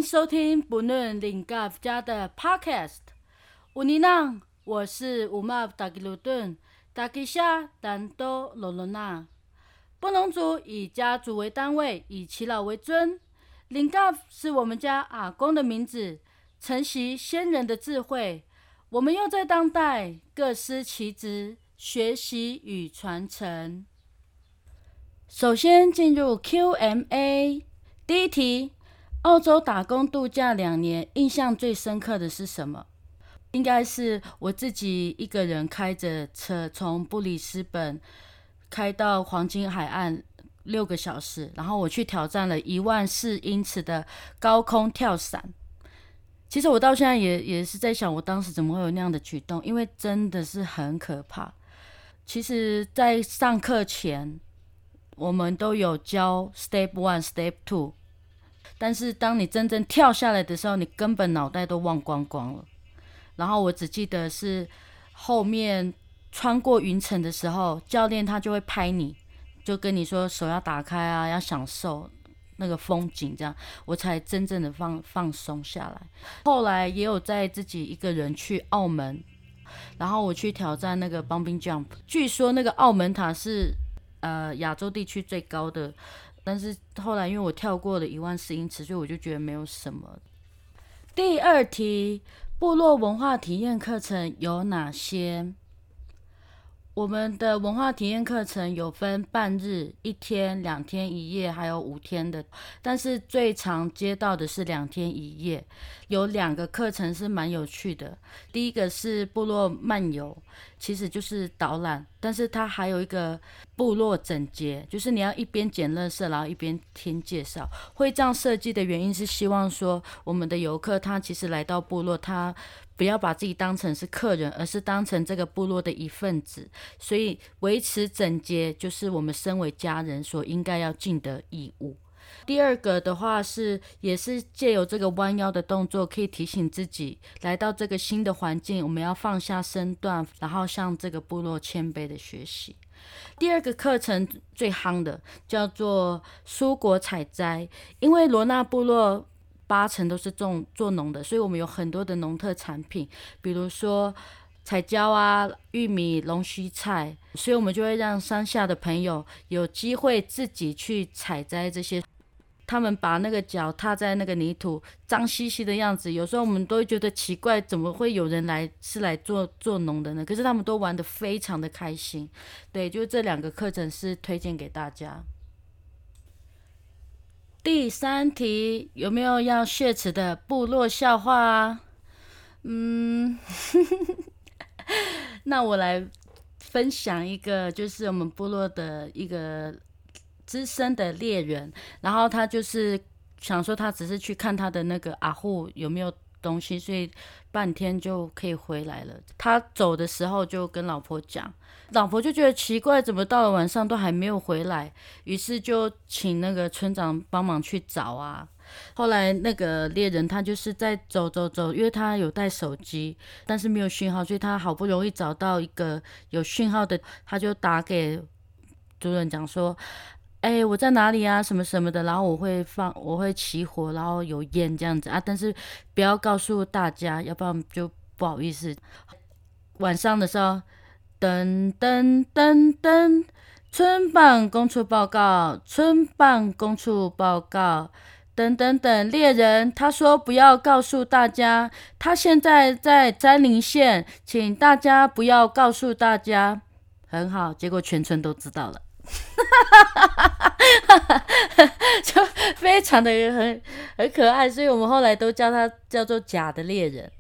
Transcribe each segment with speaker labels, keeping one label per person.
Speaker 1: 收听不论林嘎家的 Podcast。乌尼浪，我是乌马达吉鲁顿，达吉夏丹多罗罗纳。布农族以家族为单位，以耆老为尊。林嘎是我们家阿公的名字，承袭先人的智慧。我们又在当代各司其职，学习与传承。首先进入 Q&A， 第一题。澳洲打工度假2年，印象最深刻的是什么？应该是我自己一个人开着车从布里斯本开到黄金海岸6个小时，然后我去挑战了14000英尺的高空跳伞。其实我到现在也是在想，我当时怎么会有那样的举动，因为真的是很可怕。其实在上课前我们都有教 Step 1 Step 2，但是当你真正跳下来的时候，你根本脑袋都忘光光了。然后我只记得是后面穿过云层的时候，教练他就会拍你，就跟你说手要打开啊，要享受那个风景，这样我才真正的放松下来。后来也有在自己一个人去澳门，然后我去挑战那个 Bumping Jump， 据说那个澳门塔是亚洲地区最高的。但是后来因为我跳过了14000英尺，所以我就觉得没有什么。第二题，部落文化体验课程有哪些？我们的文化体验课程有分半日、1天、2天1夜，还有5天的。但是最常接到的是2天1夜。有2个课程是蛮有趣的。第一个是部落漫游，其实就是导览，但是它还有一个部落整洁，就是你要一边捡垃圾，然后一边听介绍。会这样设计的原因是希望说，我们的游客他其实来到部落，他不要把自己当成是客人，而是当成这个部落的一份子。所以维持整洁就是我们身为家人所应该要尽的义务。第二个的话是，也是借由这个弯腰的动作，可以提醒自己来到这个新的环境，我们要放下身段，然后向这个部落谦卑的学习。第二个课程最夯的叫做蔬果采摘，因为罗纳部落80%都是做农的，所以我们有很多的农特产品，比如说彩椒啊、玉米、龙须菜，所以我们就会让山下的朋友有机会自己去采摘这些。他们把那个脚踏在那个泥土脏兮兮的样子，有时候我们都会觉得奇怪，怎么会有人来做农的呢？可是他们都玩得非常的开心。对，就这2个课程是推荐给大家。第3题，有没有要血池的部落笑话啊？那我来分享一个，就是我们部落的一个资深的猎人，然后他就是想说他只是去看他的那个阿户有没有东西，所以半天就可以回来了。他走的时候就跟老婆讲，老婆就觉得奇怪，怎么到了晚上都还没有回来，于是就请那个村长帮忙去找啊。后来那个猎人他就是在走，因为他有带手机，但是没有讯号，所以他好不容易找到一个有讯号的，他就打给主人讲说，我在哪里啊，什么什么的，然后我会起火，然后有烟这样子啊，但是不要告诉大家，要不然就不好意思。晚上的时候，噔噔噔噔，村办公处报告，村办公处报告。等等等，猎人他说不要告诉大家，他现在在詹林县，请大家不要告诉大家。很好，结果全村都知道了。就非常的很可爱，所以我们后来都叫他叫做假的猎人。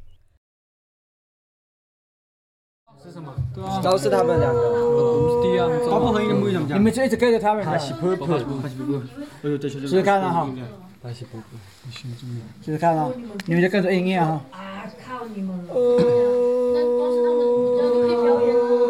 Speaker 2: 是什么？
Speaker 3: 都是他们2个。
Speaker 2: 我们是第一啊，他不合音的目的怎么讲？
Speaker 3: 你们就一直跟着他们。
Speaker 2: 哈西普普，哈西普普，
Speaker 3: 试试看啊哈。
Speaker 2: 哈西普普，
Speaker 3: 试试看啊，你们就跟着音乐啊。
Speaker 4: 啊，靠你们了！
Speaker 1: 那光是他们比较可以表演啊。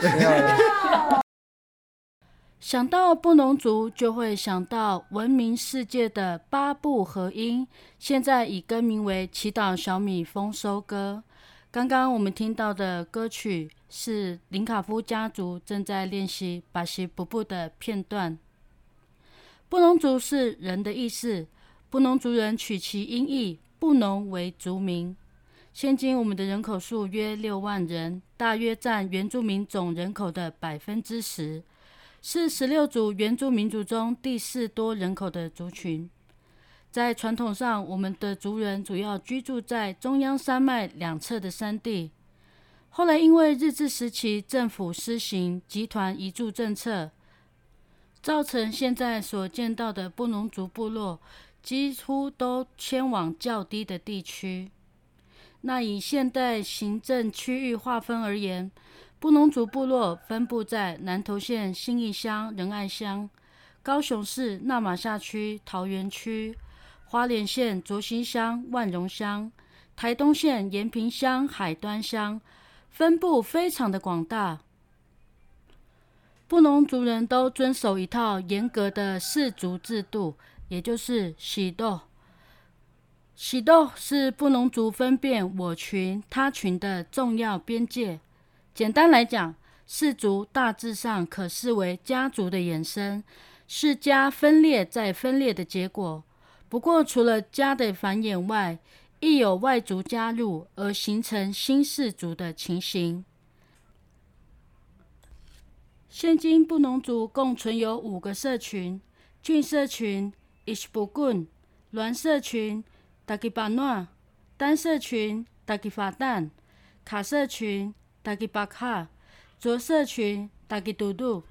Speaker 1: 想到布农族，就会想到闻名世界的八部合音，现在已更名为祈祷小米丰收歌。刚刚我们听到的歌曲是林卡夫家族正在练习巴西布布的片段。布农族是人的意思，布农族人取其音译，布农为族名。现今我们的人口数约6万人，大约占原住民总人口的10%。是16族原住民族中第4多人口的族群。在传统上，我们的族人主要居住在中央山脉两侧的山地。后来因为日治时期政府施行集团移住政策，造成现在所见到的布农族部落几乎都迁往较低的地区。那以现代行政区域划分而言，布农族部落分布在南投县信义乡仁爱乡、高雄市那玛夏区桃园区、花莲县卓溪乡万荣乡、台东县延平乡海端乡，分布非常的广大。布农族人都遵守一套严格的氏族制度，也就是喜斗。喜斗是布农族分辨我群他群的重要边界。简单来讲，氏族大致上可视为家族的衍生，是家分裂再分裂的结果。不过除了家的繁衍外，亦有外族加入而形成新氏族的情形。现今布农族共存有5个社群：郡社群、Ishbugun、栾社群、Dagibanwa、丹社群、Dagifadan、卡社群、Dagibakha、卓社群、Dagidudu。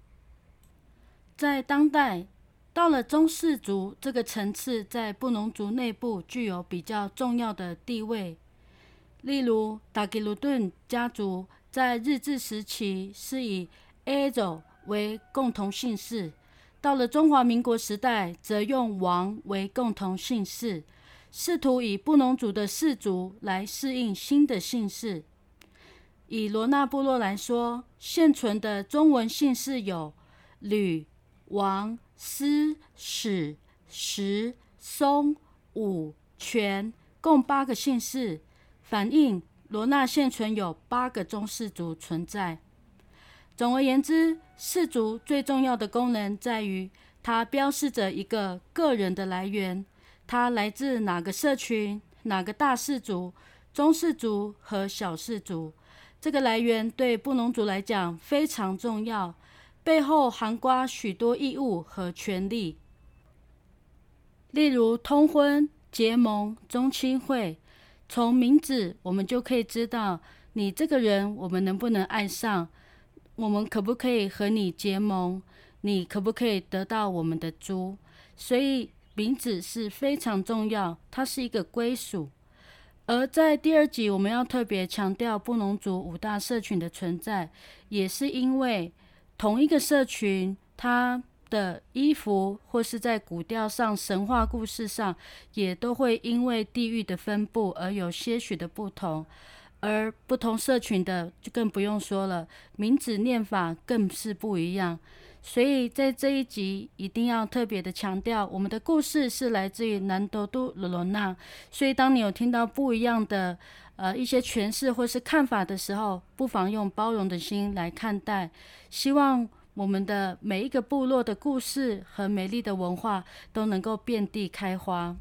Speaker 1: 在当代，到了中氏族这个层次，在布农族内部具有比较重要的地位。例如，达吉鲁顿家族在日治时期是以 Azo 为共同姓氏，到了中华民国时代，则用王为共同姓氏，试图以布农族的氏族来适应新的姓氏。以罗纳部落来说，现存的中文姓氏有吕、王、司、史、石、松、武、全，共8个姓氏，反映罗纳现存有8个中氏族存在。总而言之，氏族最重要的功能在于，它标示着一个个人的来源，它来自哪个社群、哪个大氏族、中氏族和小氏族。这个来源对布农族来讲非常重要，背后涵盖许多义务和权利。例如通婚、结盟、宗亲会，从名字我们就可以知道你这个人我们能不能爱上，我们可不可以和你结盟，你可不可以得到我们的猪。所以名字是非常重要，它是一个归属。而在第2集我们要特别强调布农族5大社群的存在，也是因为同一个社群它的衣服或是在古调上神话故事上也都会因为地域的分布而有些许的不同，而不同社群的就更不用说了，名字念法更是不一样。所以在这一集一定要特别的强调，我们的故事是来自于南多都罗罗纳，所以当你有听到不一样的一些诠释或是看法的时候，不妨用包容的心来看待，希望我们的每一个部落的故事和美丽的文化都能够遍地开花。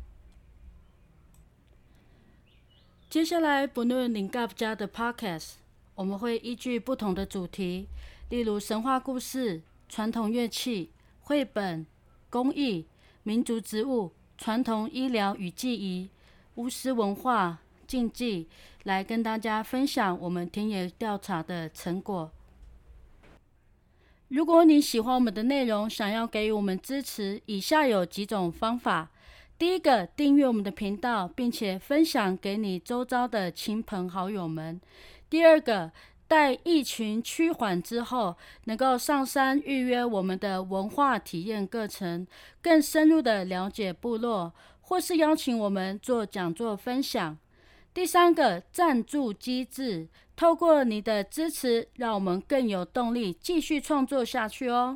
Speaker 1: 接下来不论林嘎家的 podcast， 我们会依据不同的主题，例如神话故事、传统乐器、绘本、工艺、民族植物、传统医疗与技艺、巫师文化、禁忌，来跟大家分享我们田野调查的成果。如果你喜欢我们的内容，想要给予我们支持，以下有几种方法。第一个，订阅我们的频道，并且分享给你周遭的亲朋好友们。第二个，待疫情趋缓之后，能够上山预约我们的文化体验课程，更深入的了解部落，或是邀请我们做讲座分享。第三个，赞助机制， 透过你的支持，让我们更有动力继续创作下去哦。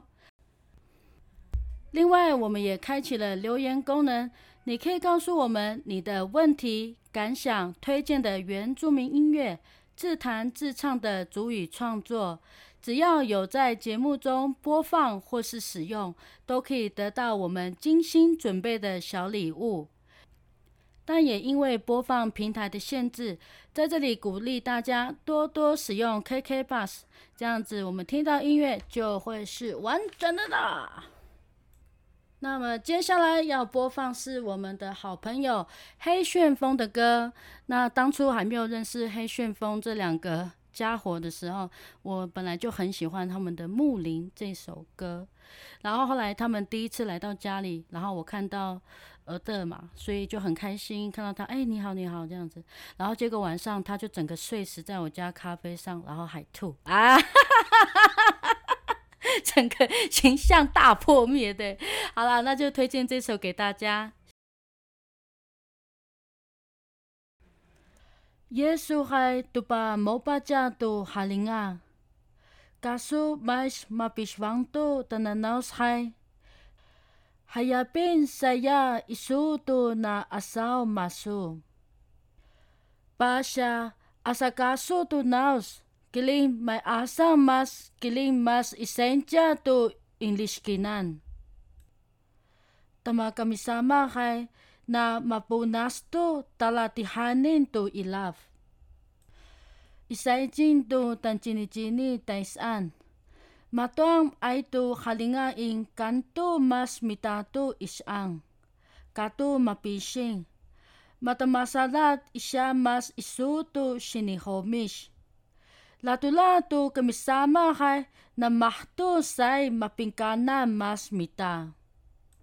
Speaker 1: 另外，我们也开启了留言功能，你可以告诉我们你的问题、感想、推荐的原住民音乐、自弹自唱的族语创作，只要有在节目中播放或是使用，都可以得到我们精心准备的小礼物。但也因为播放平台的限制，在这里鼓励大家多多使用 KKBOX， 这样子我们听到音乐就会是完整的啦。那么接下来要播放是我们的好朋友黑旋风的歌。那当初还没有认识黑旋风这两个家伙的时候，我本来就很喜欢他们的《木林》这首歌。然后后来他们第一次来到家里，然后我看到儿的嘛，所以就很开心看到他，你好你好这样子。然后结果晚上他就整个睡死在我家咖啡上，然后还吐啊，整个形象大破灭的。好啦，那就推荐这首给大家。Yesus hai tupa mopaja tu halinga kasu mais mapishwang tu tananaus hai hayapin saya isu tu na asau masu pasha asakasu tu naus kiling may asa mas kiling mas isenja tu inglishkinan tama kami sama hai na mapunas tu talatihanin tu ilaf. Isaijin tu tancini-cini taisan. Matuang ay tu halinga in kanto mas mitatu isang. Katu mapising. Matamasalat isya mas isu tu sinihomish. Latula tu kamisama hay na mahto say mapingkana mas mita.